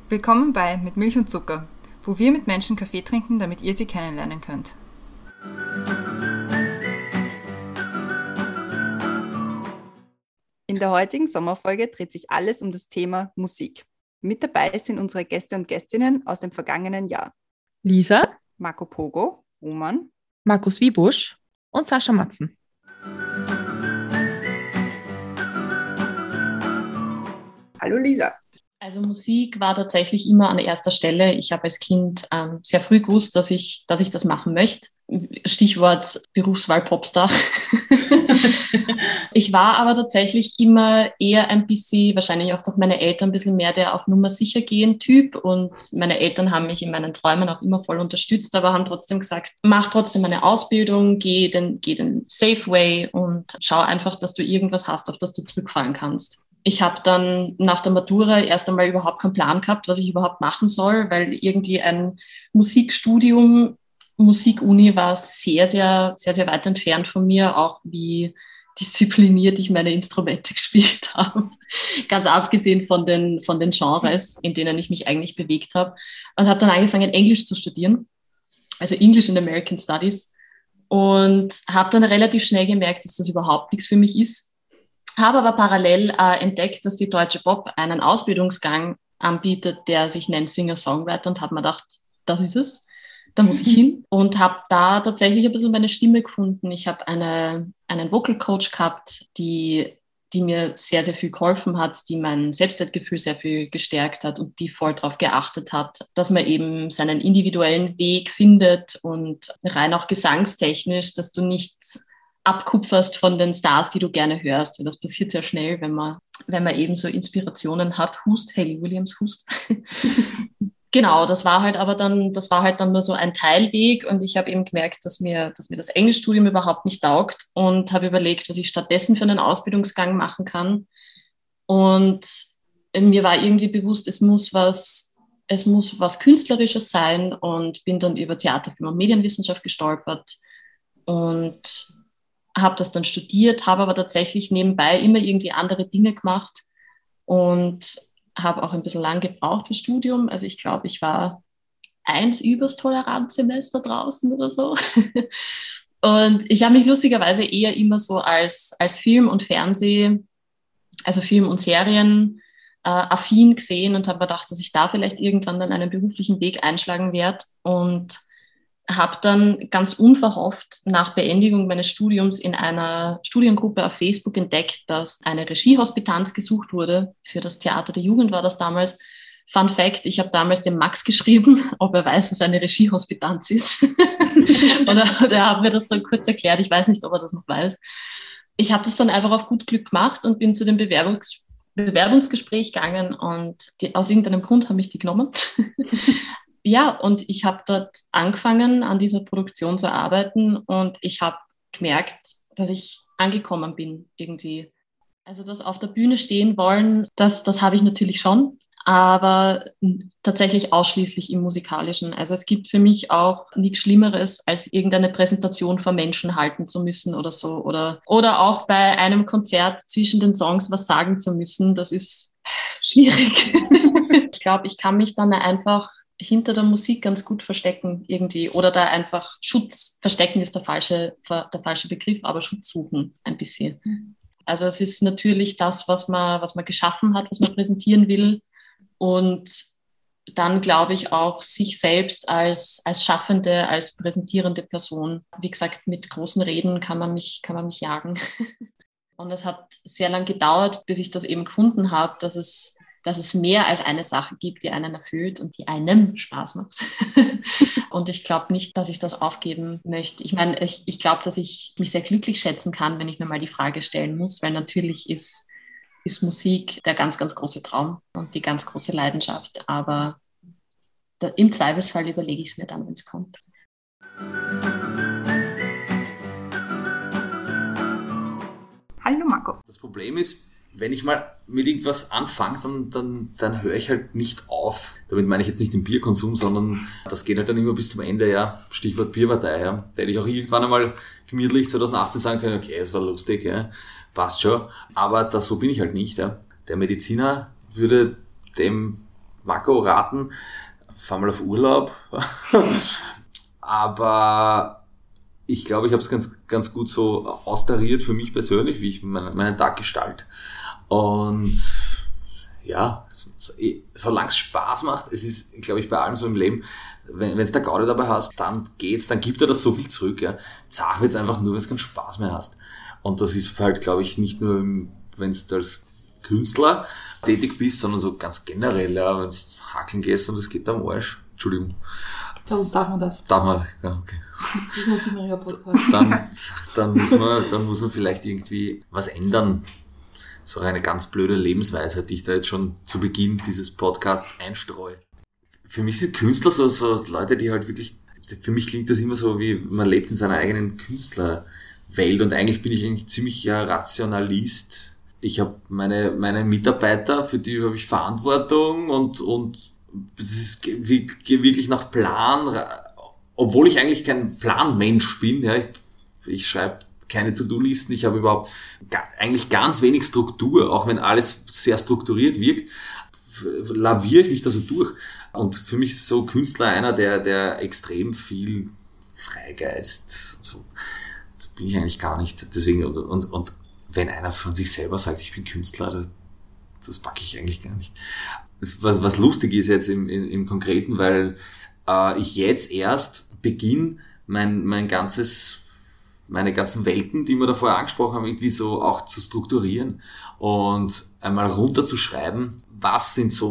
Willkommen bei Mit Milch und Zucker, wo wir mit Menschen Kaffee trinken, damit ihr sie kennenlernen könnt. In der heutigen Sommerfolge dreht sich alles um das Thema Musik. Mit dabei sind unsere Gäste und Gästinnen aus dem vergangenen Jahr. Lisa, Marco Pogo, Roman, Markus Wiebusch und Sascha Matzen. Hallo Lisa. Also Musik war tatsächlich immer an erster Stelle. Ich habe als Kind sehr früh gewusst, dass ich das machen möchte. Stichwort Berufswahl Popstar. Ich war aber tatsächlich immer eher ein bisschen, wahrscheinlich auch durch meine Eltern, ein bisschen mehr der auf Nummer sicher gehen Typ. Und meine Eltern haben mich in meinen Träumen auch immer voll unterstützt, aber haben trotzdem gesagt, mach trotzdem eine Ausbildung, geh den Safe Way und schau einfach, dass du irgendwas hast, auf das du zurückfallen kannst. Ich habe dann nach der Matura erst einmal überhaupt keinen Plan gehabt, was ich überhaupt machen soll, weil irgendwie ein Musikstudium, Musikuni war sehr, sehr, sehr, sehr weit entfernt von mir, auch wie diszipliniert ich meine Instrumente gespielt habe. Ganz abgesehen von den Genres, in denen ich mich eigentlich bewegt habe. Und habe dann angefangen, Englisch zu studieren, also English in American Studies. Und habe dann relativ schnell gemerkt, dass das überhaupt nichts für mich ist. Habe aber parallel entdeckt, dass die Deutsche Pop einen Ausbildungsgang anbietet, der sich nennt Singer-Songwriter, und habe mir gedacht, das ist es, da muss ich hin, und habe da tatsächlich ein bisschen meine Stimme gefunden. Ich habe einen Vocal Coach gehabt, die mir sehr, sehr viel geholfen hat, die mein Selbstwertgefühl sehr viel gestärkt hat und die voll darauf geachtet hat, dass man eben seinen individuellen Weg findet und rein auch gesangstechnisch, dass du nicht abkupferst von den Stars, die du gerne hörst. Und das passiert sehr schnell, wenn man eben so Inspirationen hat. Hust, Hayley Williams, Hust. Genau, das war halt dann nur so ein Teilweg, und ich habe eben gemerkt, dass mir das Englischstudium überhaupt nicht taugt, und habe überlegt, was ich stattdessen für einen Ausbildungsgang machen kann. Und mir war irgendwie bewusst, es muss was Künstlerisches sein, und bin dann über Theater, Film und Medienwissenschaft gestolpert und habe das dann studiert, habe aber tatsächlich nebenbei immer irgendwie andere Dinge gemacht und habe auch ein bisschen lang gebraucht fürs Studium. Also ich glaube, ich war 1 übers Toleranzsemester draußen oder so. Und ich habe mich lustigerweise eher immer so als Film und Fernseh, also Film und Serien affin gesehen, und habe mir gedacht, dass ich da vielleicht irgendwann dann einen beruflichen Weg einschlagen werde, und habe dann ganz unverhofft nach Beendigung meines Studiums in einer Studiengruppe auf Facebook entdeckt, dass eine Regiehospitanz gesucht wurde. Für das Theater der Jugend war das damals. Fun Fact, ich habe damals dem Max geschrieben, ob er weiß, was eine Regiehospitanz ist. Und er hat mir das dann kurz erklärt. Ich weiß nicht, ob er das noch weiß. Ich habe das dann einfach auf gut Glück gemacht und bin zu dem Bewerbungsgespräch gegangen, und aus irgendeinem Grund haben mich die genommen. Ja, und ich habe dort angefangen, an dieser Produktion zu arbeiten, und ich habe gemerkt, dass ich angekommen bin irgendwie. Also das auf der Bühne stehen wollen, das habe ich natürlich schon, aber tatsächlich ausschließlich im Musikalischen. Also es gibt für mich auch nichts Schlimmeres, als irgendeine Präsentation vor Menschen halten zu müssen oder so. Oder auch bei einem Konzert zwischen den Songs was sagen zu müssen. Das ist schwierig. Ich glaube, ich kann mich dann einfach hinter der Musik ganz gut verstecken irgendwie, oder da einfach Schutz, verstecken ist der falsche Begriff, aber Schutz suchen ein bisschen. Also es ist natürlich das, was man geschaffen hat, was man präsentieren will, und dann glaube ich auch sich selbst als schaffende, als präsentierende Person. Wie gesagt, mit großen Reden kann man mich jagen. Und es hat sehr lang gedauert, bis ich das eben gefunden habe, dass es mehr als eine Sache gibt, die einen erfüllt und die einem Spaß macht. Und ich glaube nicht, dass ich das aufgeben möchte. Ich meine, ich glaube, dass ich mich sehr glücklich schätzen kann, wenn ich mir mal die Frage stellen muss, weil natürlich ist Musik der ganz, ganz große Traum und die ganz große Leidenschaft. Aber im Zweifelsfall überlege ich es mir dann, wenn es kommt. Hallo Marco. Das Problem ist, wenn ich mal mit irgendwas anfange, dann höre ich halt nicht auf. Damit meine ich jetzt nicht den Bierkonsum, sondern das geht halt dann immer bis zum Ende, ja. Stichwort Bierpartei, ja. Da hätte ich auch irgendwann einmal gemütlich 2018 sagen können, okay, es war lustig, ja. Passt schon. Aber so bin ich halt nicht, ja. Der Mediziner würde dem Marco raten, fahr mal auf Urlaub. Aber ich glaube, ich habe es ganz gut so austariert für mich persönlich, wie ich meinen Tag gestalte. Und ja, solange es Spaß macht, es ist, glaube ich, bei allem so im Leben, wenn es der Gaudi dabei hast, dann geht's, dann gibt er das so viel zurück. Ja. Zach wird's einfach nur, wenn es keinen Spaß mehr hast. Und das ist halt, glaube ich, nicht nur, wenn du als Künstler tätig bist, sondern so ganz generell, ja, wenn du hackeln gehst und es geht am Arsch. Entschuldigung. Bei uns darf man das. Darf man, ja, okay. Das ist ein sinneriger Podcast. Dann muss man vielleicht irgendwie was ändern. So eine ganz blöde Lebensweise, die ich da jetzt schon zu Beginn dieses Podcasts einstreue. Für mich sind Künstler so Leute, die halt wirklich, für mich klingt das immer so, wie man lebt in seiner eigenen Künstlerwelt, und eigentlich bin ich ziemlich Rationalist. Ich habe meine Mitarbeiter, für die habe ich Verantwortung, und es ist wirklich nach Plan, obwohl ich eigentlich kein Planmensch bin. Ja, ich schreibe keine To-Do-Listen, ich habe überhaupt eigentlich ganz wenig Struktur, auch wenn alles sehr strukturiert wirkt, laviere ich mich da so durch. Und für mich ist so Künstler einer, der extrem viel Freigeist, so bin ich eigentlich gar nicht. Deswegen, und wenn einer von sich selber sagt, ich bin Künstler, das packe ich eigentlich gar nicht. Was lustig ist jetzt im Konkreten, weil ich jetzt erst beginne, meine ganzen Welten, die wir da vorher angesprochen haben, irgendwie so auch zu strukturieren und einmal runterzuschreiben, was sind so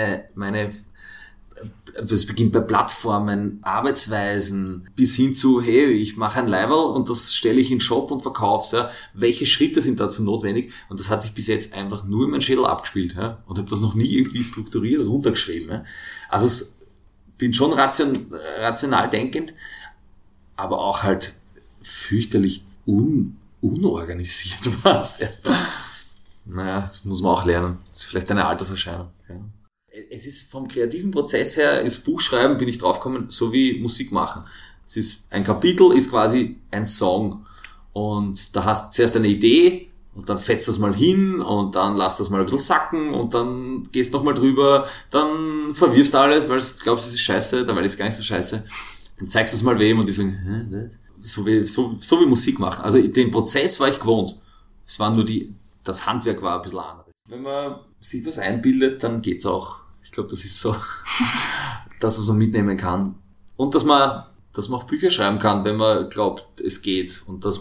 das beginnt bei Plattformen, Arbeitsweisen, bis hin zu, hey, ich mache ein Leiberl und das stelle ich in den Shop und verkaufe es. Ja. Welche Schritte sind dazu notwendig? Und das hat sich bis jetzt einfach nur in meinen Schädel abgespielt. Ja. Und habe das noch nie irgendwie strukturiert runtergeschrieben. Ja. Also bin schon rational denkend, aber auch halt fürchterlich unorganisiert warst. Ja. Naja, das muss man auch lernen. Das ist vielleicht eine Alterserscheinung. Ja. Es ist vom kreativen Prozess her, das Buchschreiben bin ich draufgekommen, so wie Musik machen. Es ist ein Kapitel, ist quasi ein Song. Und da hast du zuerst eine Idee und dann fetzt das mal hin und dann lass das mal ein bisschen sacken und dann gehst nochmal drüber, dann verwirfst du alles, weil du glaubst, es ist scheiße, dabei ist es gar nicht so scheiße. Dann zeigst du es mal wem und die sagen, hä, so wie Musik machen. Also den Prozess war ich gewohnt. Es war nur das Handwerk war ein bisschen anders. Wenn man sich was einbildet, dann geht's auch. Ich glaube, das ist so das, was man mitnehmen kann. Und dass man auch Bücher schreiben kann, wenn man glaubt, es geht. Und dass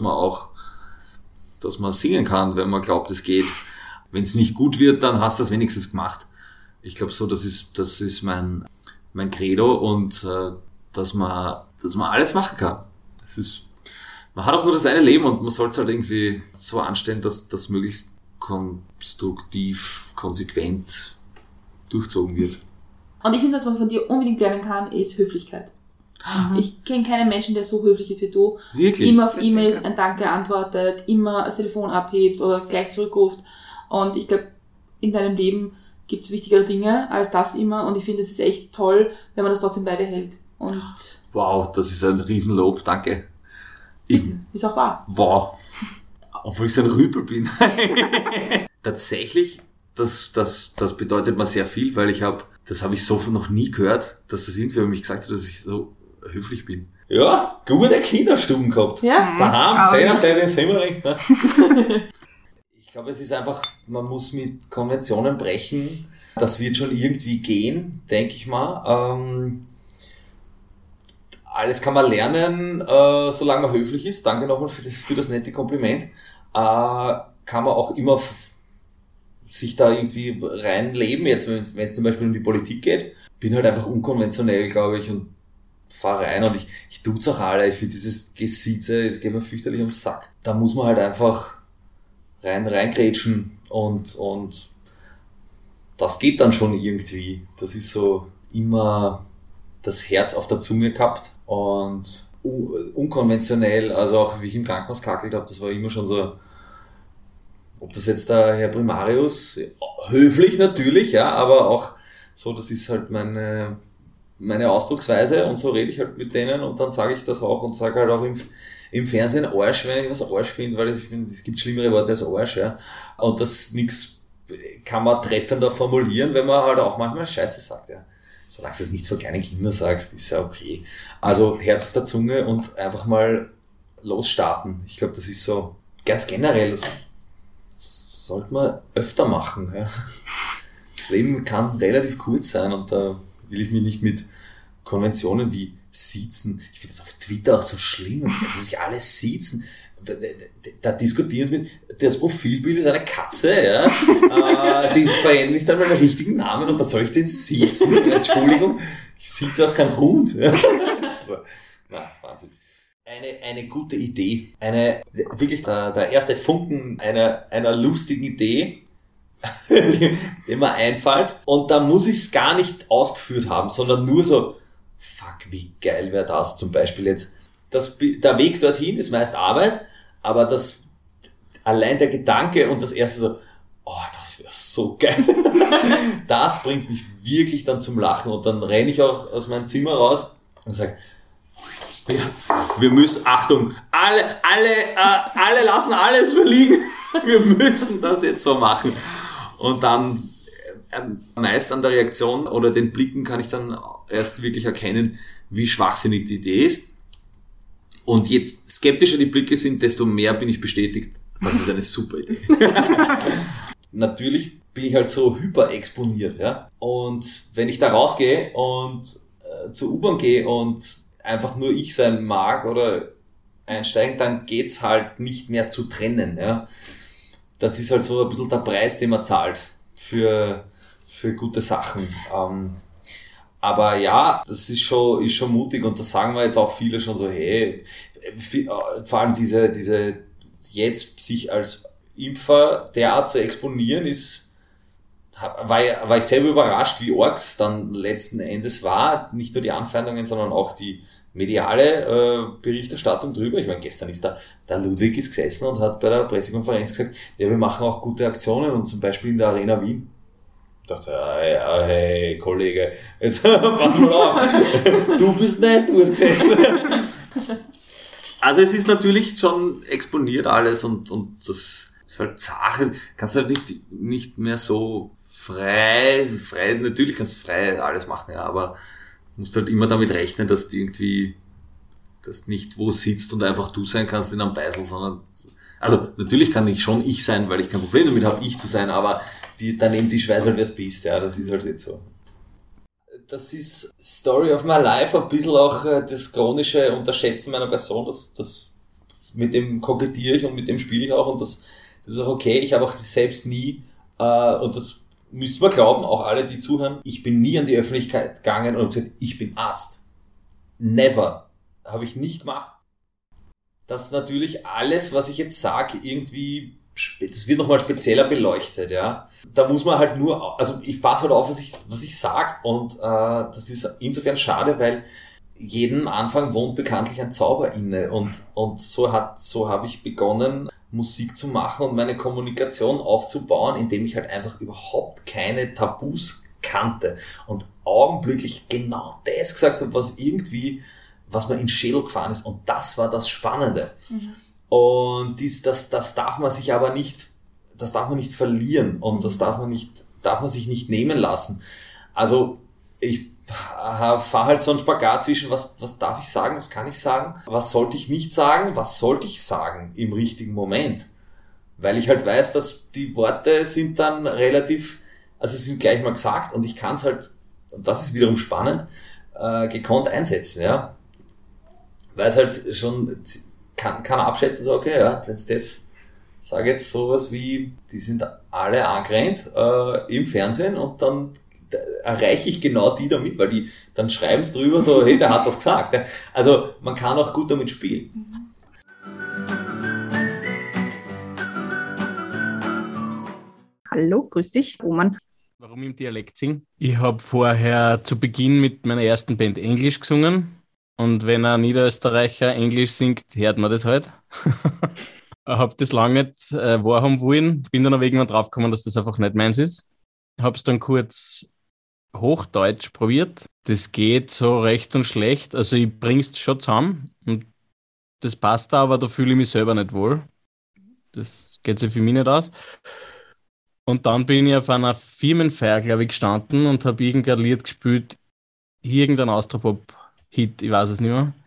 man singen kann, wenn man glaubt, es geht. Wenn es nicht gut wird, dann hast du es wenigstens gemacht. Ich glaube so, das ist mein Credo, und dass man alles machen kann. Man hat auch nur das eine Leben und man soll es halt irgendwie so anstellen, dass das möglichst konstruktiv, konsequent durchzogen wird. Und ich finde, was man von dir unbedingt lernen kann, ist Höflichkeit. Mhm. Ich kenne keinen Menschen, der so höflich ist wie du. Wirklich? Immer auf E-Mails ein Danke antwortet, immer das Telefon abhebt oder gleich zurückruft. Und ich glaube, in deinem Leben gibt es wichtigere Dinge als das immer. Und ich finde, es ist echt toll, wenn man das trotzdem beibehält. Und wow, das ist ein Riesenlob, danke. Ist auch wahr. Wow. Obwohl ich so ein Rüpel bin. Tatsächlich, das bedeutet mir sehr viel, weil das habe ich so noch nie gehört, dass das irgendwer mich gesagt hat, dass ich so höflich bin. Ja, gute Kinderstuben gehabt. Ja. Daheim, seinerzeit in Semmering. Ne? Ich glaube, es ist einfach, man muss mit Konventionen brechen. Das wird schon irgendwie gehen, denke ich mal. Alles kann man lernen, solange man höflich ist. Danke nochmal für das nette Kompliment. Kann man auch immer sich da irgendwie reinleben. Jetzt, wenn es zum Beispiel um die Politik geht, bin halt einfach unkonventionell, glaube ich, und fahre rein. Und ich tut's auch alle. Ich finde dieses Gesitze, es geht mir fürchterlich ums Sack. Da muss man halt einfach reingrätschen und das geht dann schon irgendwie. Das ist so immer das Herz auf der Zunge gehabt und unkonventionell, also auch wie ich im Krankenhaus kackelt habe, das war immer schon so, ob das jetzt der Herr Primarius, höflich natürlich, ja, aber auch so, das ist halt meine Ausdrucksweise und so rede ich halt mit denen und dann sage ich das auch und sage halt auch im Fernsehen Arsch, wenn ich was Arsch finde, weil es gibt schlimmere Worte als Arsch, ja, und das nichts kann man treffender formulieren, wenn man halt auch manchmal Scheiße sagt, ja. Solange du es nicht vor kleinen Kindern sagst, ist ja okay. Also Herz auf der Zunge und einfach mal losstarten. Ich glaube, das ist so ganz generell, das sollte man öfter machen. Ja. Das Leben kann relativ kurz sein und da will ich mich nicht mit Konventionen wie siezen. Ich finde das auf Twitter auch so schlimm, dass sich alle siezen. Da diskutieren sie mit, das Profilbild ist eine Katze, ja, die verändert nicht einmal den richtigen Namen und da soll ich den siezen. Entschuldigung, ich sieze auch keinen Hund. Ja. So. Na, Wahnsinn. Eine gute Idee, wirklich der erste Funken einer lustigen Idee, die mir einfällt. Und da muss ich es gar nicht ausgeführt haben, sondern nur so, fuck, wie geil wäre das zum Beispiel jetzt. Der Weg dorthin ist meist Arbeit, aber allein der Gedanke und das erste so, oh, das wäre so geil. Das bringt mich wirklich dann zum Lachen und dann renne ich auch aus meinem Zimmer raus und sage, ja, wir müssen, Achtung, alle lassen alles verliegen. Wir müssen das jetzt so machen. Und dann meist an der Reaktion oder den Blicken kann ich dann erst wirklich erkennen, wie schwachsinnig die Idee ist. Und je skeptischer die Blicke sind, desto mehr bin ich bestätigt, das ist eine super Idee. Natürlich bin ich halt so hyperexponiert, ja. Und wenn ich da rausgehe und zur U-Bahn gehe und einfach nur ich sein mag oder einsteigen, dann geht's halt nicht mehr zu trennen, ja. Das ist halt so ein bisschen der Preis, den man zahlt für gute Sachen. Aber ja, das ist schon mutig und das sagen wir jetzt auch viele schon so, hey, vor allem diese jetzt sich als Impfer derart zu exponieren war ich selber überrascht, wie arg es dann letzten Endes war. Nicht nur die Anfeindungen, sondern auch die mediale Berichterstattung drüber. Ich meine, gestern ist der Ludwig ist gesessen und hat bei der Pressekonferenz gesagt, ja, wir machen auch gute Aktionen und zum Beispiel in der Arena Wien. Ich dachte, ja, hey, Kollege, jetzt pass mal auf, du bist nicht dort gesessen. Also es ist natürlich schon exponiert alles und das ist halt Sache, kannst du halt nicht mehr so frei, natürlich kannst du frei alles machen, ja, aber musst halt immer damit rechnen, dass du irgendwie das nicht wo sitzt und einfach du sein kannst in einem Beisel, sondern, also natürlich kann ich schon ich sein, weil ich kein Problem damit habe, ich zu sein, aber daneben die weiß halt, wer es bist, ja, das ist halt jetzt so. Das ist Story of my life, ein bisschen auch das chronische Unterschätzen meiner Person, das mit dem kokettiere ich und mit dem spiele ich auch und das ist auch okay, ich habe auch selbst nie, und das müssen wir glauben, auch alle, die zuhören, ich bin nie an die Öffentlichkeit gegangen und gesagt, ich bin Arzt. Never. Habe ich nicht gemacht. Das natürlich alles, was ich jetzt sage, irgendwie, das wird nochmal spezieller beleuchtet, ja. Da muss man halt nur, also ich passe halt auf, was ich sage und das ist insofern schade, weil jedem Anfang wohnt bekanntlich ein Zauber inne und so habe ich begonnen, Musik zu machen und meine Kommunikation aufzubauen, indem ich halt einfach überhaupt keine Tabus kannte und augenblicklich genau das gesagt habe, was mir in den Schädel gefahren ist und das war das Spannende. Mhm. Und das darf man sich aber nicht, das darf man nicht verlieren und das darf man sich nicht nehmen lassen. Also ich fahre halt so einen Spagat zwischen, was darf ich sagen, was kann ich sagen, was sollte ich nicht sagen, was sollte ich sagen im richtigen Moment. Weil ich halt weiß, dass die Worte sind dann relativ, also sind gleich mal gesagt und ich kann es halt, und das ist wiederum spannend, gekonnt einsetzen, ja. Weil es halt schon kann abschätzen, so okay, ja, wenn ich jetzt sage jetzt sowas wie, die sind alle angerannt im Fernsehen und dann erreiche ich genau die damit, weil die dann schreiben es drüber so, hey, der hat das gesagt. Ja. Also man kann auch gut damit spielen. Hallo, grüß dich, Roman. Warum im Dialekt singen? Ich habe vorher zu Beginn mit meiner ersten Band Englisch gesungen und wenn ein Niederösterreicher Englisch singt, hört man das halt. Ich habe das lange nicht wahrhaben wollen, bin dann aber irgendwann draufgekommen, dass das einfach nicht meins ist. Habe es dann kurz Hochdeutsch probiert. Das geht so recht und schlecht. Also ich bring's schon zusammen und das passt da, aber da fühle ich mich selber nicht wohl. Das geht sich für mich nicht aus. Und dann bin ich auf einer Firmenfeier, glaube ich, gestanden und habe irgendein Lied gespielt, irgendein Austropop-Hit, ich weiß es nicht mehr.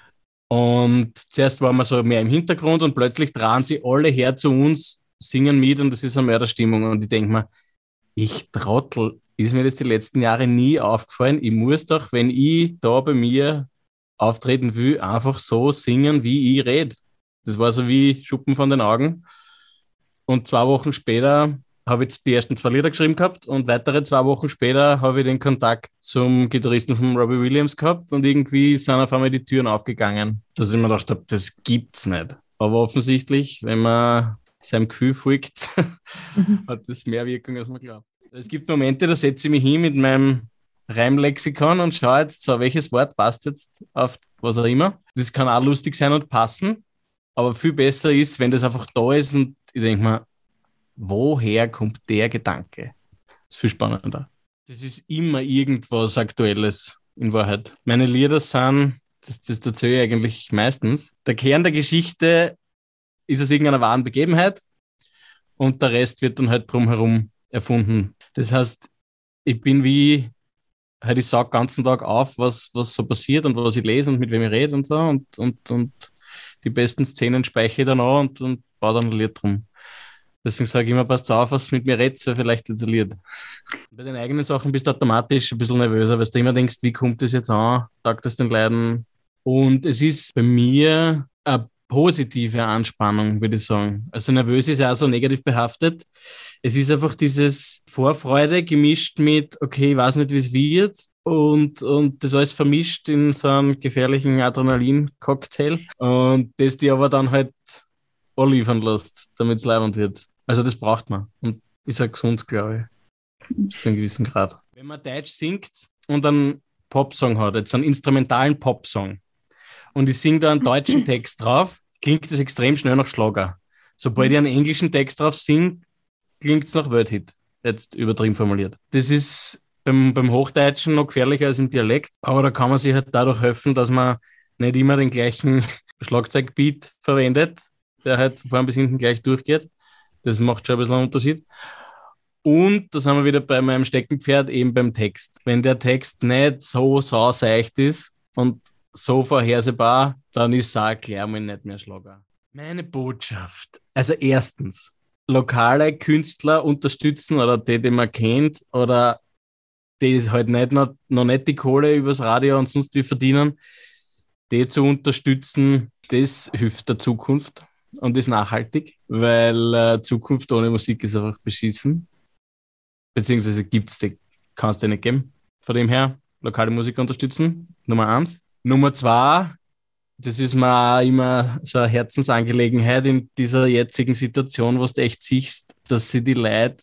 Und zuerst waren wir so mehr im Hintergrund und plötzlich tragen sie alle her zu uns, singen mit und das ist eine Mörderstimmung. Und ich denke mir, ich Trottel, ist mir das die letzten Jahre nie aufgefallen. Ich muss doch, wenn ich da bei mir auftreten will, einfach so singen, wie ich rede. Das war so wie Schuppen von den Augen. Und 2 Wochen später habe ich die ersten 2 Lieder geschrieben gehabt und weitere 2 Wochen später habe ich den Kontakt zum Gitarristen von Robbie Williams gehabt und irgendwie sind auf einmal die Türen aufgegangen, dass ich mir gedacht habe, das gibt's nicht. Aber offensichtlich, wenn man seinem Gefühl folgt, hat das mehr Wirkung, als man glaubt. Es gibt Momente, da setze ich mich hin mit meinem Reimlexikon und schaue jetzt so, welches Wort passt jetzt auf was auch immer. Das kann auch lustig sein und passen, aber viel besser ist, wenn das einfach da ist und ich denke mir, woher kommt der Gedanke? Das ist viel spannender. Das ist immer irgendwas Aktuelles in Wahrheit. Meine Lieder sind, das erzähle ich eigentlich meistens, der Kern der Geschichte ist aus irgendeiner wahren Begebenheit und der Rest wird dann halt drumherum erfunden. Das heißt, ich bin wie, halt ich sage den ganzen Tag auf, was so passiert und was ich lese und mit wem ich rede und so und die besten Szenen speichere ich dann an und baue dann ein Lied drum. Deswegen sage ich immer, passt auf, was mit mir redet, so vielleicht isoliert. Bei den eigenen Sachen bist du automatisch ein bisschen nervöser, weil du immer denkst, wie kommt das jetzt an? Taugt das den Leuten? Und es ist bei mir eine positive Anspannung, würde ich sagen. Also nervös ist ja auch so negativ behaftet. Es ist einfach dieses Vorfreude gemischt mit, okay, ich weiß nicht, wie es wird. Und das alles vermischt in so einem gefährlichen Adrenalin-Cocktail. Und das die aber dann halt liefern lässt, damit es leibend wird. Also das braucht man. Und ist ja gesund, glaube ich. Zu einem gewissen Grad. Wenn man Deutsch singt und einen Popsong hat, jetzt einen instrumentalen Popsong, und ich singe da einen deutschen Text drauf, klingt das extrem schnell nach Schlager. Sobald ich einen englischen Text drauf singe, klingt es nach Worthit. Jetzt übertrieben formuliert. Das ist beim Hochdeutschen noch gefährlicher als im Dialekt, aber da kann man sich halt dadurch helfen, dass man nicht immer den gleichen Schlagzeugbeat verwendet, der halt von vorn bis hinten gleich durchgeht. Das macht schon ein bisschen einen Unterschied. Und da sind wir wieder bei meinem Steckenpferd, eben beim Text. Wenn der Text nicht so sauseicht ist und so vorhersehbar, dann ist es auch klar mal nicht mehr Schlager. Meine Botschaft. Also erstens, lokale Künstler unterstützen oder die man kennt oder die halt nicht noch nicht die Kohle übers Radio und sonst wie verdienen, die zu unterstützen, das hilft der Zukunft und ist nachhaltig, weil Zukunft ohne Musik ist einfach beschissen. Beziehungsweise kann es dir nicht geben. Von dem her, lokale Musik unterstützen, Nummer 1. Nummer 2, das ist mir auch immer so eine Herzensangelegenheit in dieser jetzigen Situation, wo du echt siehst, dass sie die Leute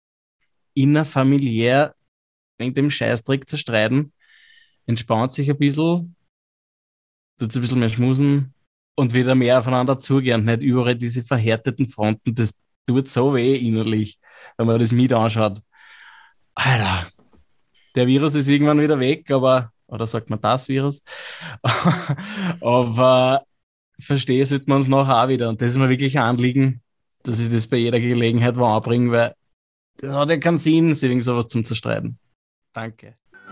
innerfamiliär wegen dem Scheißdreck zerstreiten, entspannt sich ein bisschen, tut ein bisschen mehr schmusen und wieder mehr aufeinander zugehen. Nicht überall diese verhärteten Fronten, das tut so weh innerlich, wenn man das mit anschaut. Alter, der Virus ist irgendwann wieder weg, oder sagt man das Virus? Aber verstehe sollte man es nachher auch wieder. Und das ist mir wirklich ein Anliegen, dass ich das bei jeder Gelegenheit wo anbringe, weil das hat ja keinen Sinn, sich wegen sowas zum Zerstreiten. Danke.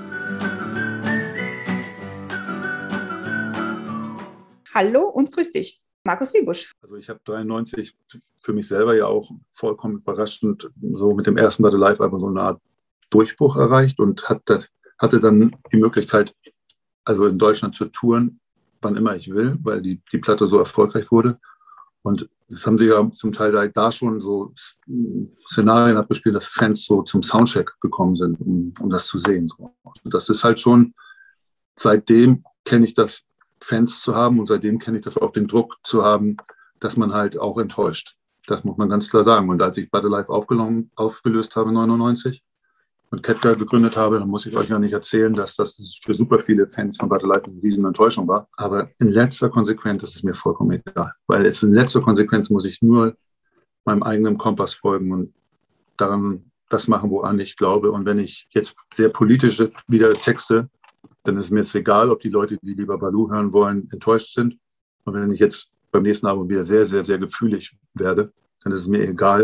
Hallo und grüß dich, Markus Wiebusch. Also ich habe 93 für mich selber ja auch vollkommen überraschend so mit dem ersten Battle Live Album so eine Art Durchbruch erreicht und hatte dann die Möglichkeit, also in Deutschland zu touren, wann immer ich will, weil die Platte so erfolgreich wurde. Und das haben sie ja zum Teil da schon so Szenarien abgespielt, dass Fans so zum Soundcheck gekommen sind, um das zu sehen. Und das ist halt schon, seitdem kenne ich das, Fans zu haben und seitdem kenne ich das auch, den Druck zu haben, dass man halt auch enttäuscht. Das muss man ganz klar sagen. Und als ich Battle Live aufgelöst habe, 99, und Ketka gegründet habe, dann muss ich euch ja nicht erzählen, dass das für super viele Fans von Battle Live eine riesen Enttäuschung war. Aber in letzter Konsequenz ist es mir vollkommen egal. Weil in letzter Konsequenz muss ich nur meinem eigenen Kompass folgen und daran das machen, woran ich glaube. Und wenn ich jetzt sehr politische wieder texte, dann ist mir jetzt egal, ob die Leute, die lieber Baloo hören wollen, enttäuscht sind. Und wenn ich jetzt beim nächsten Album wieder sehr, sehr, sehr gefühlig werde, dann ist es mir egal,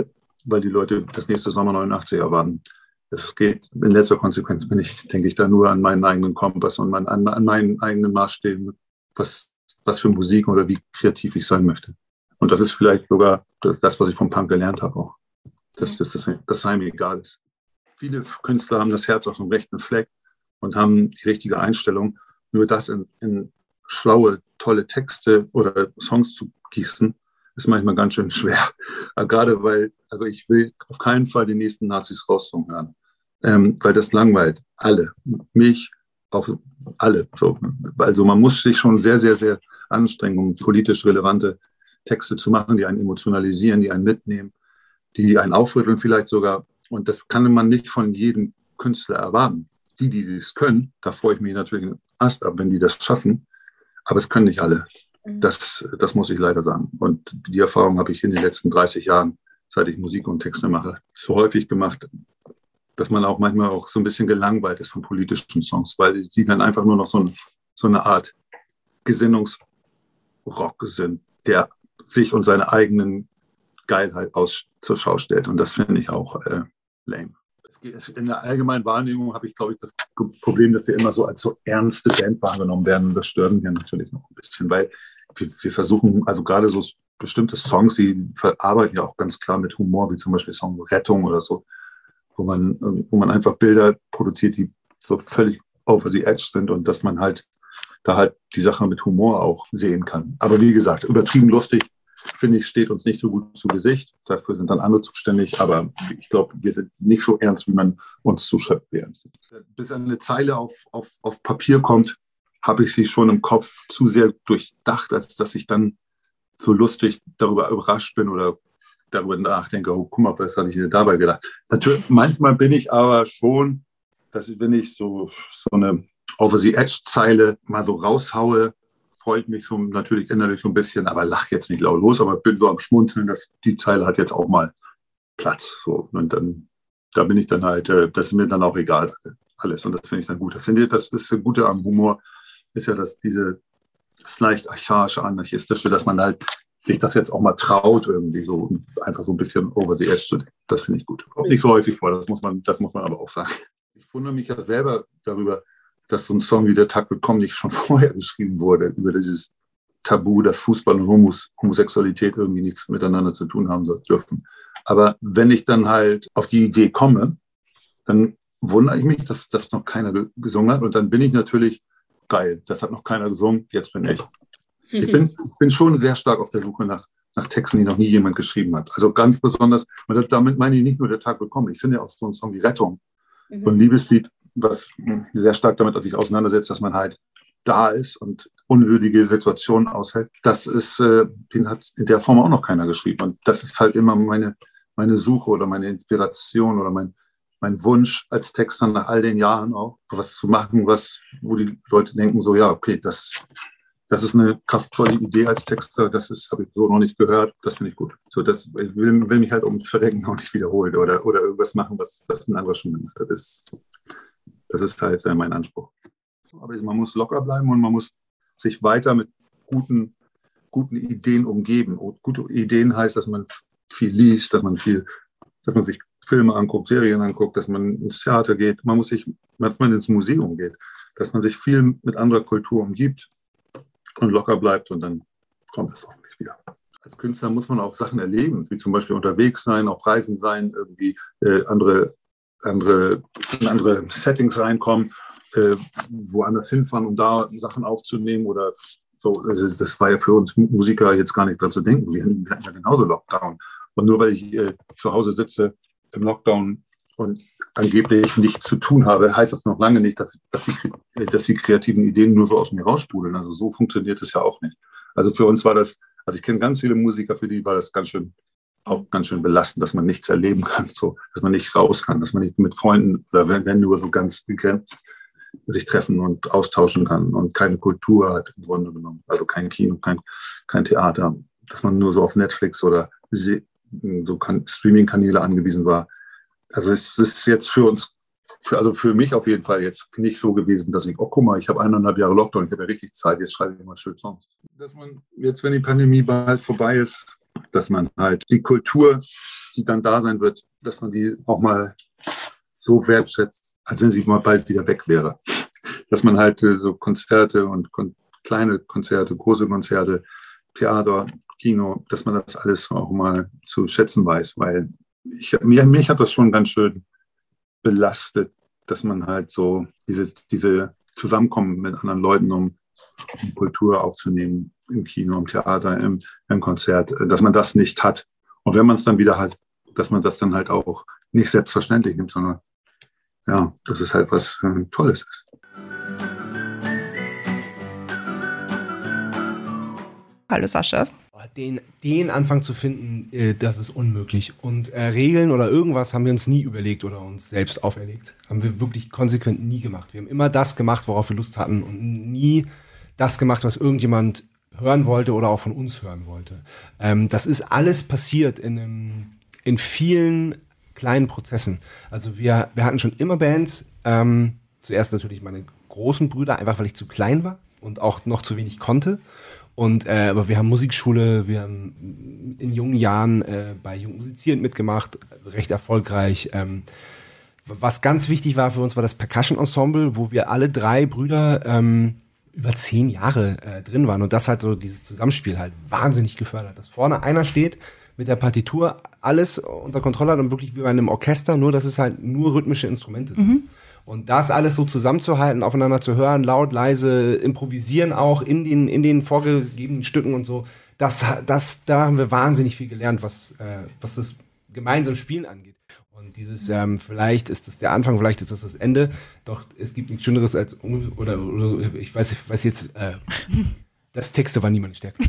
weil die Leute das nächste Sommer 89 erwarten. Es geht, in letzter Konsequenz denke ich da nur an meinen eigenen Kompass und an meinen eigenen Maßstäben, was für Musik oder wie kreativ ich sein möchte. Und das ist vielleicht sogar das, was ich vom Punk gelernt habe auch. Dass das sei mir egal ist. Viele Künstler haben das Herz auf dem rechten Fleck und haben die richtige Einstellung. Nur das in schlaue, tolle Texte oder Songs zu gießen, ist manchmal ganz schön schwer. Gerade weil, also ich will auf keinen Fall die nächsten Nazis Raussong hören. Weil das langweilt alle. Mich, auch alle. So. Also man muss sich schon sehr, sehr, sehr anstrengen, um politisch relevante Texte zu machen, die einen emotionalisieren, die einen mitnehmen, die einen aufrütteln vielleicht sogar. Und das kann man nicht von jedem Künstler erwarten. Die es können, da freue ich mich natürlich einen Ast ab, wenn die das schaffen. Aber es können nicht alle. Das muss ich leider sagen. Und die Erfahrung habe ich in den letzten 30 Jahren, seit ich Musik und Texte mache, so häufig gemacht, dass man auch manchmal auch so ein bisschen gelangweilt ist von politischen Songs, weil sie dann einfach nur noch so eine Art Gesinnungsrock sind, der sich und seine eigenen Geilheit zur Schau stellt. Und das finde ich auch lame. In der allgemeinen Wahrnehmung habe ich, glaube ich, das Problem, dass wir immer so als so ernste Band wahrgenommen werden. Und das stört mich ja natürlich noch ein bisschen, weil wir versuchen, also gerade so bestimmte Songs, die verarbeiten ja auch ganz klar mit Humor, wie zum Beispiel Song Rettung oder so, wo man einfach Bilder produziert, die so völlig over the edge sind und dass man halt da halt die Sache mit Humor auch sehen kann. Aber wie gesagt, übertrieben lustig, finde ich, steht uns nicht so gut zu Gesicht. Dafür sind dann andere zuständig. Aber ich glaube, wir sind nicht so ernst, wie man uns zuschreibt, wie ernst sind. Bis eine Zeile auf Papier kommt, habe ich sie schon im Kopf zu sehr durchdacht, als dass ich dann so lustig darüber überrascht bin oder darüber nachdenke, oh, guck mal, was habe ich denn dabei gedacht. Natürlich, manchmal bin ich aber schon, wenn ich so eine Over-the-Edge-Zeile mal so raushaue, freue ich mich so natürlich innerlich so ein bisschen, aber lache jetzt nicht laut los, aber bin so am Schmunzeln, dass die Zeile hat jetzt auch mal Platz. So. Und dann, da bin ich dann halt, das ist mir dann auch egal alles und das finde ich dann gut. Das ist das Gute am Humor, ist ja, dass das leicht archaische, anarchistische, dass man halt sich das jetzt auch mal traut, irgendwie so einfach so ein bisschen over the edge zu denken. Das finde ich gut. Kommt nicht so häufig vor, das muss man aber auch sagen. Ich wundere mich ja selber darüber, dass so ein Song wie Der Tag wird kommen nicht schon vorher geschrieben wurde, über dieses Tabu, dass Fußball und Homosexualität irgendwie nichts miteinander zu tun haben dürfen. Aber wenn ich dann halt auf die Idee komme, dann wundere ich mich, dass das noch keiner gesungen hat. Und dann bin ich natürlich, geil, das hat noch keiner gesungen, jetzt bin ich. Ich bin schon sehr stark auf der Suche nach Texten, die noch nie jemand geschrieben hat. Also ganz besonders, und damit meine ich nicht nur Der Tag wird kommen. Ich finde ja auch so einen Song wie Rettung, so ein Liebeslied, was sehr stark damit sich auseinandersetzt, dass man halt da ist und unwürdige Situationen aushält. Das ist, den hat in der Form auch noch keiner geschrieben. Und das ist halt immer meine Suche oder meine Inspiration oder mein Wunsch als Texter nach all den Jahren auch, was zu machen, wo die Leute denken, so ja, okay, das ist eine kraftvolle Idee als Texter, habe ich so noch nicht gehört, das finde ich gut. So, ich will mich halt ums Verdenken auch nicht wiederholen oder irgendwas machen, was ein anderer schon gemacht hat. Das ist halt mein Anspruch. Aber man muss locker bleiben und man muss sich weiter mit guten Ideen umgeben. Und gute Ideen heißt, dass man viel liest, dass man sich Filme anguckt, Serien anguckt, dass man ins Theater geht, dass man ins Museum geht, dass man sich viel mit anderer Kultur umgibt und locker bleibt und dann kommt es hoffentlich wieder. Als Künstler muss man auch Sachen erleben, wie zum Beispiel unterwegs sein, auf Reisen sein, irgendwie in andere Settings reinkommen, woanders hinfahren, um da Sachen aufzunehmen oder so. Also das war ja für uns Musiker jetzt gar nicht dran zu denken. Wir hatten ja genauso Lockdown. Und nur weil ich zu Hause sitze im Lockdown und angeblich nichts zu tun habe, heißt das noch lange nicht, dass die kreativen Ideen nur so aus mir raussprudeln. Also so funktioniert es ja auch nicht. Also für uns war das, also ich kenne ganz viele Musiker, für die war das ganz schön belastend, dass man nichts erleben kann, so, dass man nicht raus kann, dass man nicht mit Freunden oder wenn nur so ganz begrenzt sich treffen und austauschen kann und keine Kultur hat im Grunde genommen. Also kein Kino, kein Theater, dass man nur so auf Netflix oder so Streaming-Kanäle angewiesen war. Also es ist jetzt für mich auf jeden Fall jetzt nicht so gewesen, dass ich, oh guck mal, ich habe 1,5 Jahre Lockdown, ich habe ja richtig Zeit, jetzt schreibe ich mal schön Songs. Dass man jetzt, wenn die Pandemie bald vorbei ist, dass man halt die Kultur, die dann da sein wird, dass man die auch mal so wertschätzt, als wenn sie mal bald wieder weg wäre. Dass man halt so Konzerte und kleine Konzerte, große Konzerte, Theater, Kino, dass man das alles auch mal zu schätzen weiß, weil mich hat das schon ganz schön belastet, dass man halt so diese Zusammenkommen mit anderen Leuten, um Kultur aufzunehmen, im Kino, im Theater, im Konzert, dass man das nicht hat. Und wenn man es dann wieder hat, dass man das dann halt auch nicht selbstverständlich nimmt, sondern ja, dass es halt was Tolles ist. Hallo Sascha. Den Anfang zu finden, das ist unmöglich. Und Regeln oder irgendwas haben wir uns nie überlegt oder uns selbst auferlegt. Haben wir wirklich konsequent nie gemacht. Wir haben immer das gemacht, worauf wir Lust hatten und nie das gemacht, was irgendjemand hören wollte oder auch von uns hören wollte. Das ist alles passiert in vielen kleinen Prozessen. Also wir hatten schon immer Bands. Zuerst natürlich meine großen Brüder, einfach weil ich zu klein war und auch noch zu wenig konnte. Aber wir haben Musikschule, wir haben in jungen Jahren bei Jung Musizierend mitgemacht, recht erfolgreich. Was ganz wichtig war für uns, war das Percussion Ensemble, wo wir alle 3 Brüder über 10 Jahre drin waren. Und das hat so dieses Zusammenspiel halt wahnsinnig gefördert. Dass vorne einer steht mit der Partitur, alles unter Kontrolle hat und wirklich wie bei einem Orchester, nur dass es halt nur rhythmische Instrumente sind. Mhm. Und das alles so zusammenzuhalten, aufeinander zu hören, laut, leise, improvisieren auch in den vorgegebenen Stücken und so, da haben wir wahnsinnig viel gelernt, was das gemeinsame Spielen angeht. Und dieses, vielleicht ist das der Anfang, vielleicht ist das Ende, doch es gibt nichts Schöneres als, oder ich weiß jetzt, das Texte war nie meine Stärke.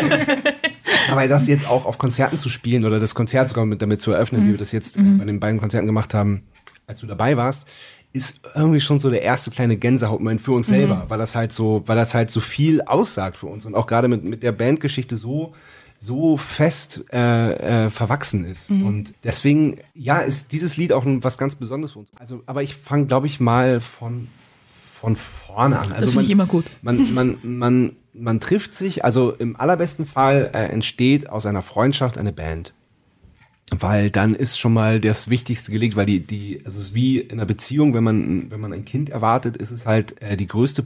Aber das jetzt auch auf Konzerten zu spielen oder das Konzert sogar damit zu eröffnen, wie wir das jetzt bei den beiden Konzerten gemacht haben, als du dabei warst, ist irgendwie schon so der erste kleine Gänsehautmoment für uns selber, weil das halt so viel aussagt für uns und auch gerade mit der Bandgeschichte so fest verwachsen ist. Und deswegen, ja, ist dieses Lied auch was ganz Besonderes für uns. Also, aber ich fange, glaube ich, mal von vorne an. Also das finde ich immer gut. Man trifft sich, also im allerbesten Fall entsteht aus einer Freundschaft eine Band. Weil dann ist schon mal das Wichtigste gelegt, weil also es ist wie in einer Beziehung, wenn man ein Kind erwartet, ist es halt die größte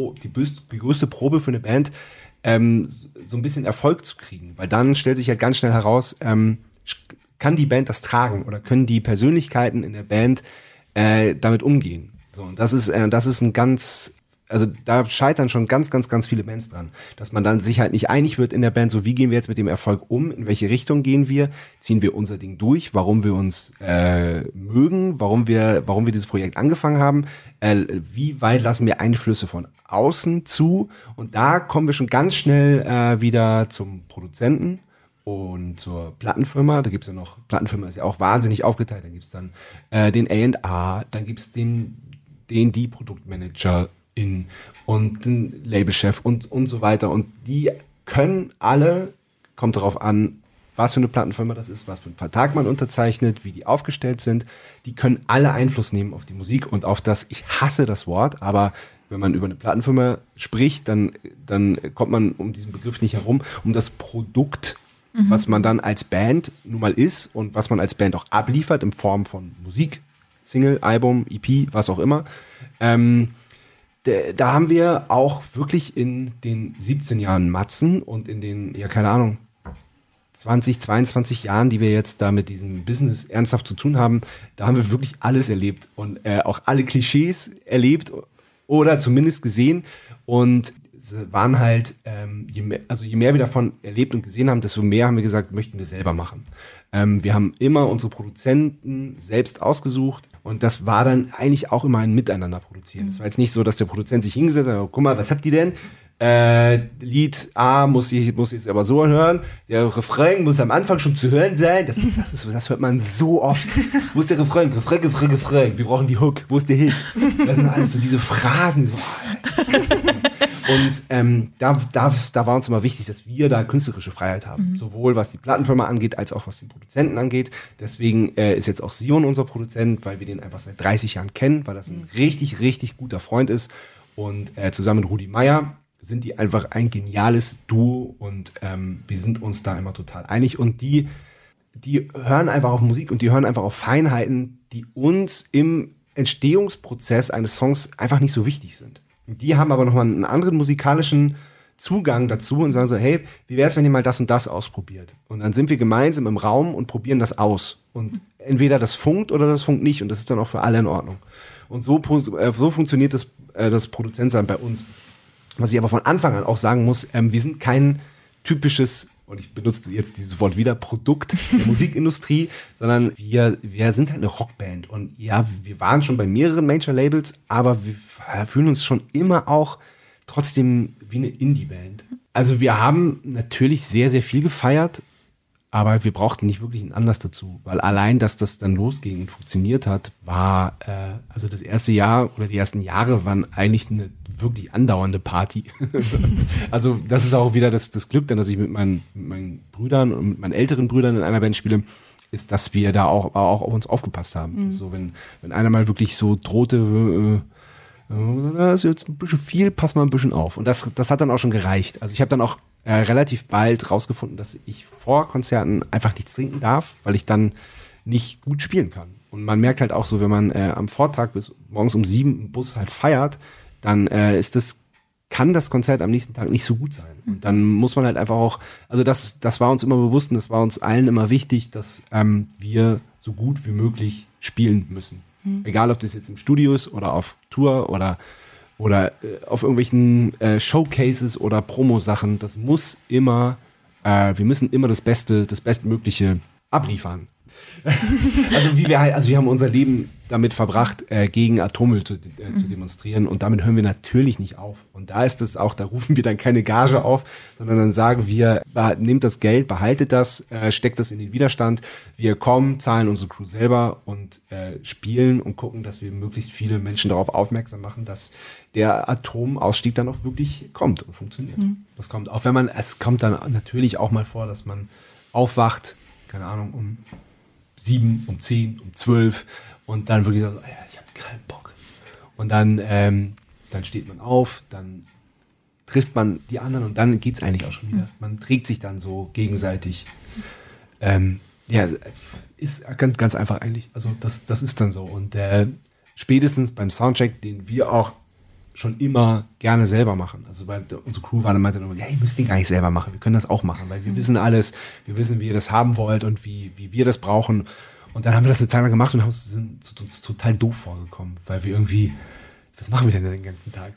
Probe für eine Band, so ein bisschen Erfolg zu kriegen. Weil dann stellt sich ja ganz schnell heraus, kann die Band das tragen oder können die Persönlichkeiten in der Band damit umgehen. So, und das ist ein ganz, also da scheitern schon ganz, ganz, ganz viele Bands dran, dass man dann sich halt nicht einig wird in der Band, so wie gehen wir jetzt mit dem Erfolg um, in welche Richtung gehen wir, ziehen wir unser Ding durch, warum wir uns mögen, warum wir dieses Projekt angefangen haben, wie weit lassen wir Einflüsse von außen zu, und da kommen wir schon ganz schnell wieder zum Produzenten und zur Plattenfirma. Da gibt's ja noch, Plattenfirma ist ja auch wahnsinnig aufgeteilt, da gibt's dann den A&R, dann gibt's die Produktmanager und den Labelchef und so weiter. Und die können alle, kommt darauf an, was für eine Plattenfirma das ist, was für einen Vertrag man unterzeichnet, wie die aufgestellt sind, die können alle Einfluss nehmen auf die Musik und auf das, ich hasse das Wort, aber wenn man über eine Plattenfirma spricht, dann kommt man um diesen Begriff nicht herum, um das Produkt, was man dann als Band nun mal ist und was man als Band auch abliefert in Form von Musik, Single, Album, EP, was auch immer. Da haben wir auch wirklich in den 17 Jahren Matzen und in den, ja keine Ahnung, 20, 22 Jahren, die wir jetzt da mit diesem Business ernsthaft zu tun haben, da haben wir wirklich alles erlebt und auch alle Klischees erlebt oder zumindest gesehen, und es waren halt, je mehr wir davon erlebt und gesehen haben, desto mehr haben wir gesagt, möchten wir selber machen. Wir haben immer unsere Produzenten selbst ausgesucht und das war dann eigentlich auch immer ein Miteinander produzieren. Es war jetzt nicht so, dass der Produzent sich hingesetzt hat, guck mal, was habt ihr denn? Lied A muss jetzt aber so hören, der Refrain muss am Anfang schon zu hören sein, das hört man so oft. Wo ist der Refrain? Refrain, wir brauchen die Hook, wo ist der Hit? Das sind alles so diese Phrasen. Und da war uns immer wichtig, dass wir da künstlerische Freiheit haben, sowohl was die Plattenfirma angeht, als auch was den Produzenten angeht. Deswegen ist jetzt auch Sion unser Produzent, weil wir den einfach seit 30 Jahren kennen, weil das ein richtig, richtig guter Freund ist. Und zusammen mit Rudi Meier sind die einfach ein geniales Duo und wir sind uns da immer total einig. Und die hören einfach auf Musik und die hören einfach auf Feinheiten, die uns im Entstehungsprozess eines Songs einfach nicht so wichtig sind. Und die haben aber nochmal einen anderen musikalischen Zugang dazu und sagen so, hey, wie wäre es, wenn ihr mal das und das ausprobiert? Und dann sind wir gemeinsam im Raum und probieren das aus. Und entweder das funkt oder das funkt nicht. Und das ist dann auch für alle in Ordnung. Und so funktioniert das Produzentsein bei uns. Was ich aber von Anfang an auch sagen muss, wir sind kein typisches, und ich benutze jetzt dieses Wort wieder, Produkt der Musikindustrie, sondern wir sind halt eine Rockband. Und ja, wir waren schon bei mehreren Major-Labels, aber wir fühlen uns schon immer auch trotzdem wie eine Indie-Band. Also wir haben natürlich sehr, sehr viel gefeiert, aber wir brauchten nicht wirklich einen Anlass dazu, weil allein, dass das dann losging und funktioniert hat, war, also das erste Jahr oder die ersten Jahre waren eigentlich eine wirklich andauernde Party. Also das ist auch wieder das Glück, dann, dass ich mit meinen Brüdern und mit meinen älteren Brüdern in einer Band spiele, ist, dass wir da auch auf uns aufgepasst haben. Mhm. So, wenn einer mal wirklich so drohte, das ist jetzt ein bisschen viel, pass mal ein bisschen auf. Und das hat dann auch schon gereicht. Also ich habe dann auch relativ bald rausgefunden, dass ich vor Konzerten einfach nichts trinken darf, weil ich dann nicht gut spielen kann. Und man merkt halt auch so, wenn man am Vortag bis morgens um 7 im Bus halt feiert, dann kann das Konzert am nächsten Tag nicht so gut sein. Und dann muss man halt einfach auch, also das war uns immer bewusst und das war uns allen immer wichtig, dass wir so gut wie möglich spielen müssen. Egal, ob das jetzt im Studio ist oder auf Tour oder auf irgendwelchen Showcases oder Promo-Sachen. Das muss immer, wir müssen immer das Bestmögliche abliefern. Also wir haben unser Leben damit verbracht, gegen Atommüll zu demonstrieren und damit hören wir natürlich nicht auf. Und da ist es auch, da rufen wir dann keine Gage auf, sondern dann sagen wir, nehmt das Geld, behaltet das, steckt das in den Widerstand. Wir kommen, zahlen unsere Crew selber und spielen und gucken, dass wir möglichst viele Menschen darauf aufmerksam machen, dass der Atomausstieg dann auch wirklich kommt und funktioniert. Das kommt auch, es kommt dann natürlich auch mal vor, dass man aufwacht, keine Ahnung, um 7, um 10, um 12 und dann wirklich so, ja, ich habe keinen Bock. Und dann steht man auf, dann trifft man die anderen und dann geht's eigentlich auch schon wieder. Man trägt sich dann so gegenseitig. Ja, ist ganz, ganz einfach eigentlich. Also das ist dann so. Und spätestens beim Soundcheck, den wir auch schon immer gerne selber machen. Also unsere Crew war dann meinte, ja, ihr müsst den gar nicht selber machen, wir können das auch machen, weil wir wissen alles, wir wissen, wie ihr das haben wollt und wie wir das brauchen. Und dann haben wir das eine Zeit lang gemacht und sind uns total doof vorgekommen, weil wir irgendwie, was machen wir denn den ganzen Tag?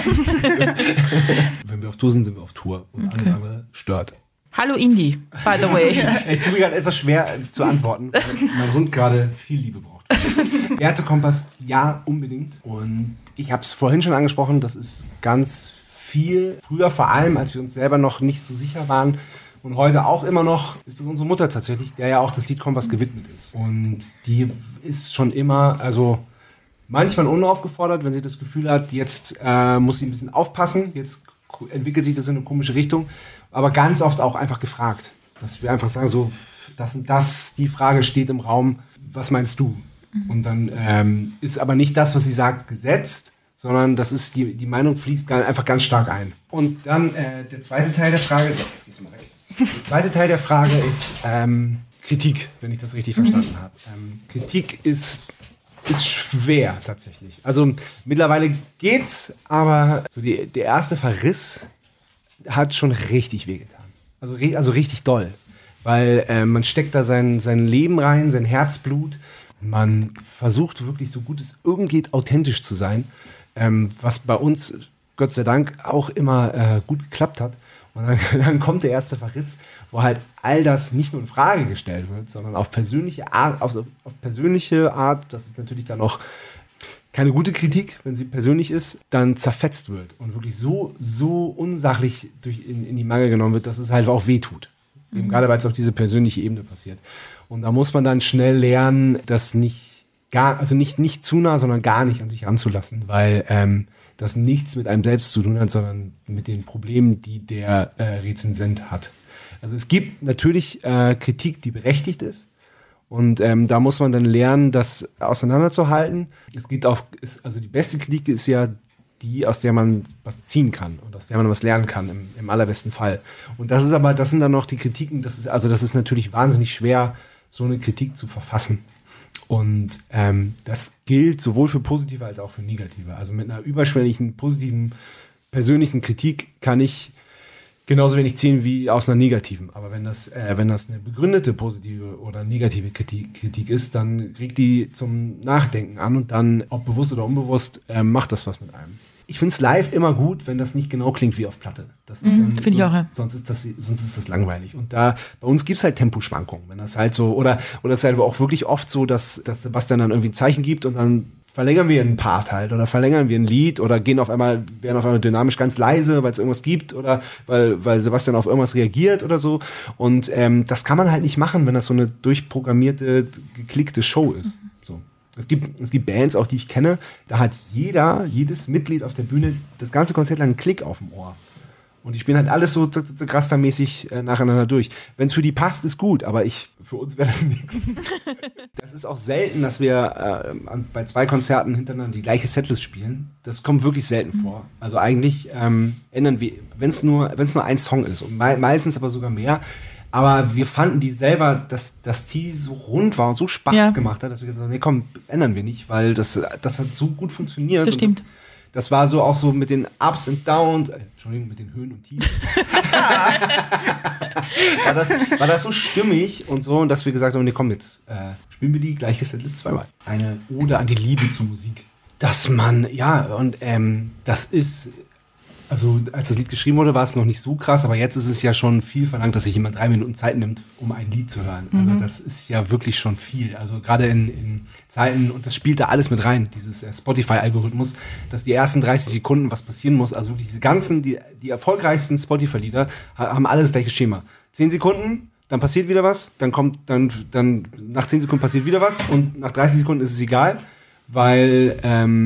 Wenn wir auf Tour sind wir auf Tour und andere stört. Hallo Indie, by the way. Es tut mir gerade etwas schwer zu antworten, weil mein Hund gerade viel Liebe braucht. Wertekompass, ja, unbedingt. Und ich habe es vorhin schon angesprochen, das ist ganz viel. Früher vor allem, als wir uns selber noch nicht so sicher waren und heute auch immer noch, ist das unsere Mutter tatsächlich, der ja auch das Lied Kompass gewidmet ist. Und die ist schon immer, also manchmal unaufgefordert, wenn sie das Gefühl hat, jetzt muss sie ein bisschen aufpassen, jetzt entwickelt sich das in eine komische Richtung, aber ganz oft auch einfach gefragt, dass wir einfach sagen, so, das und das, die Frage steht im Raum, was meinst du? Und dann ist aber nicht das, was sie sagt, gesetzt, sondern das ist die Meinung fließt einfach ganz stark ein. Und dann der zweite Teil der Frage, jetzt gehst du mal weg. Der zweite Teil der Frage ist Kritik, wenn ich das richtig verstanden habe. Kritik ist schwer tatsächlich. Also mittlerweile geht's, aber so der erste Verriss hat schon richtig wehgetan. Also richtig doll. Weil man steckt da sein Leben rein, sein Herzblut. Man versucht wirklich so gut es irgend geht authentisch zu sein, was bei uns Gott sei Dank auch immer gut geklappt hat. Und dann kommt der erste Verriss, wo halt all das nicht nur in Frage gestellt wird, sondern auf persönliche Art, das ist natürlich dann auch keine gute Kritik, wenn sie persönlich ist, dann zerfetzt wird und wirklich so unsachlich in die Mangel genommen wird, dass es halt auch wehtut. Eben gerade, weil es auf diese persönliche Ebene passiert. Und da muss man dann schnell lernen, das nicht zu nah, sondern gar nicht an sich ranzulassen, weil das nichts mit einem selbst zu tun hat, sondern mit den Problemen, die der Rezensent hat. Also es gibt natürlich Kritik, die berechtigt ist. Und da muss man dann lernen, das auseinanderzuhalten. Es geht auch, also die beste Kritik ist ja aus der man was ziehen kann und aus der man was lernen kann, im allerbesten Fall. Und das sind dann noch die Kritiken, das ist natürlich wahnsinnig schwer, so eine Kritik zu verfassen. Und das gilt sowohl für positive als auch für negative. Also mit einer überschwänglichen, positiven, persönlichen Kritik kann ich genauso wenig ziehen wie aus einer negativen. Aber wenn das eine begründete positive oder negative Kritik ist, dann kriegt die zum Nachdenken an und dann, ob bewusst oder unbewusst, macht das was mit einem. Ich finde es live immer gut, wenn das nicht genau klingt wie auf Platte. Finde ich auch, ja. Sonst ist das langweilig. Und da, bei uns gibt's halt Temposchwankungen. Wenn das halt so, oder es ist halt auch wirklich oft so, dass Sebastian dann irgendwie ein Zeichen gibt und dann verlängern wir einen Part halt oder verlängern wir ein Lied oder werden auf einmal dynamisch ganz leise, weil es irgendwas gibt oder weil Sebastian auf irgendwas reagiert oder so. Und das kann man halt nicht machen, wenn das so eine durchprogrammierte, geklickte Show ist. So. Es gibt Bands, auch die ich kenne, da hat jedes Mitglied auf der Bühne das ganze Konzert lang einen Klick auf dem Ohr. Und die spielen halt alles so rastermäßig nacheinander durch. Wenn es für die passt, ist gut, aber für uns wäre das nichts. Das ist auch selten, dass wir bei 2 Konzerten hintereinander die gleiche Setlist spielen. Das kommt wirklich selten vor. Also eigentlich ändern wir, wenn es nur ein Song ist und meistens aber sogar mehr. Aber wir fanden die selber, dass die so rund war und so Spaß gemacht hat, dass wir gesagt haben, nee, komm, ändern wir nicht, weil das hat so gut funktioniert. Das stimmt. Das war so auch so mit den Ups und Downs, Entschuldigung, mit den Höhen und Tiefen. war das so stimmig und so, und dass wir gesagt haben, nee, komm, jetzt spielen wir die gleiche Setlist 2-mal. Eine Ode an die Liebe zur Musik. Das ist, also als das Lied geschrieben wurde, war es noch nicht so krass, aber jetzt ist es ja schon viel verlangt, dass sich jemand 3 Minuten Zeit nimmt, um ein Lied zu hören. Also das ist ja wirklich schon viel. Also gerade in Zeiten, und das spielt da alles mit rein, dieses Spotify-Algorithmus, dass die ersten 30 Sekunden was passieren muss. Also wirklich diese ganzen, die erfolgreichsten Spotify-Lieder haben alles das gleiche Schema. 10 Sekunden, dann passiert wieder was, dann nach 10 Sekunden passiert wieder was und nach 30 Sekunden ist es egal, weil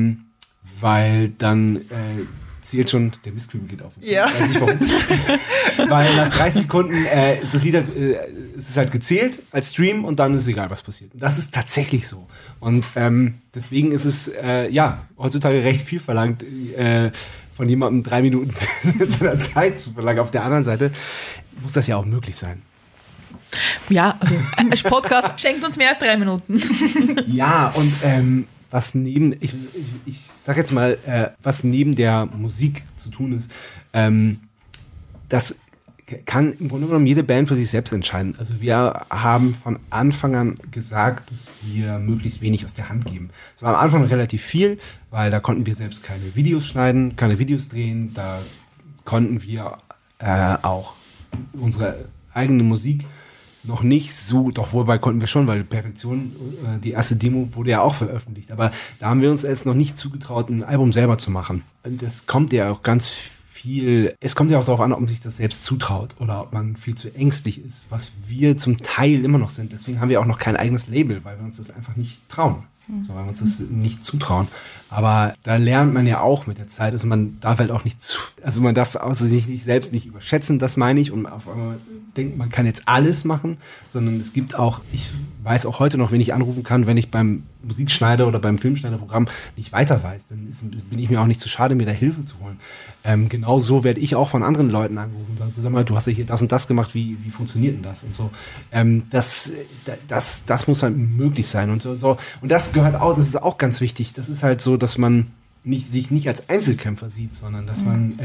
dann zählt schon, der Mistkübel geht auf. Ja. Ich weiß nicht warum. Weil nach 30 Sekunden ist das Lied ist halt gezählt als Stream und dann ist es egal, was passiert. Und das ist tatsächlich so. Und deswegen ist es heutzutage recht viel verlangt, von jemandem 3 Minuten seiner Zeit zu verlangen. Auf der anderen Seite muss das ja auch möglich sein. Ja, also ein Podcast schenkt uns mehr als 3 Minuten. Ja, und was neben, ich sag jetzt mal, was neben der Musik zu tun ist, das kann im Grunde genommen jede Band für sich selbst entscheiden. Also wir haben von Anfang an gesagt, dass wir möglichst wenig aus der Hand geben. Es war am Anfang noch relativ viel, weil da konnten wir selbst keine Videos schneiden, keine Videos drehen, da konnten wir auch unsere eigene Musik noch nicht so, doch wobei konnten wir schon, weil Perfektion, die erste Demo wurde ja auch veröffentlicht, aber da haben wir uns erst noch nicht zugetraut, ein Album selber zu machen. Und es kommt ja auch ganz viel, es kommt ja auch darauf an, ob man sich das selbst zutraut oder ob man viel zu ängstlich ist, was wir zum Teil immer noch sind. Deswegen haben wir auch noch kein eigenes Label, weil wir uns das einfach nicht trauen. So, weil wir uns das nicht zutrauen. Aber da lernt man ja auch mit der Zeit, also man darf halt auch nicht man darf sich selbst nicht überschätzen, das meine ich, und auf einmal denkt, man kann jetzt alles machen, sondern es gibt auch, ich weiß auch heute noch, wen ich anrufen kann, wenn ich beim Musikschneider oder beim Filmschneiderprogramm nicht weiter weiß, dann bin ich mir auch nicht zu schade, mir da Hilfe zu holen. Genau so werde ich auch von anderen Leuten angerufen. Also sag mal, du hast ja hier das und das gemacht, wie funktioniert denn das? Und so. Das muss halt möglich sein und so. Und das gehört auch, das ist auch ganz wichtig. Das ist halt so, dass man sich nicht als Einzelkämpfer sieht, sondern dass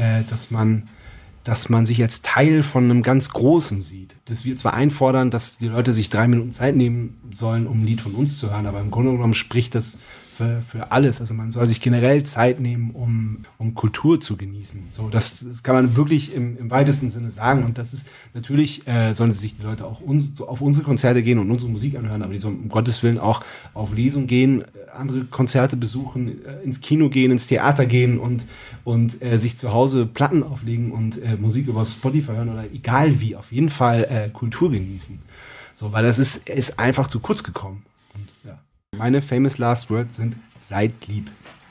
man sich als Teil von einem ganz Großen sieht. Dass wir zwar einfordern, dass die Leute sich 3 Minuten Zeit nehmen sollen, um ein Lied von uns zu hören, aber im Grunde genommen spricht das für alles. Also man soll sich generell Zeit nehmen, um Kultur zu genießen. So, das kann man wirklich im weitesten Sinne sagen. Und das ist natürlich, sollen sich die Leute auch auf unsere Konzerte gehen und unsere Musik anhören, aber die sollen um Gottes Willen auch auf Lesungen gehen, andere Konzerte besuchen, ins Kino gehen, ins Theater gehen und sich zu Hause Platten auflegen und Musik über Spotify hören oder egal wie, auf jeden Fall Kultur genießen. So, weil das ist einfach zu kurz gekommen. Und ja. Meine famous last words sind: seid lieb.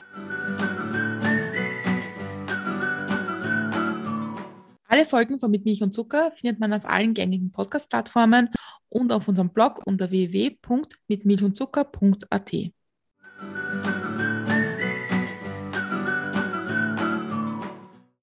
Alle Folgen von Mit Milch und Zucker findet man auf allen gängigen Podcast-Plattformen und auf unserem Blog unter www.mitmilchundzucker.at.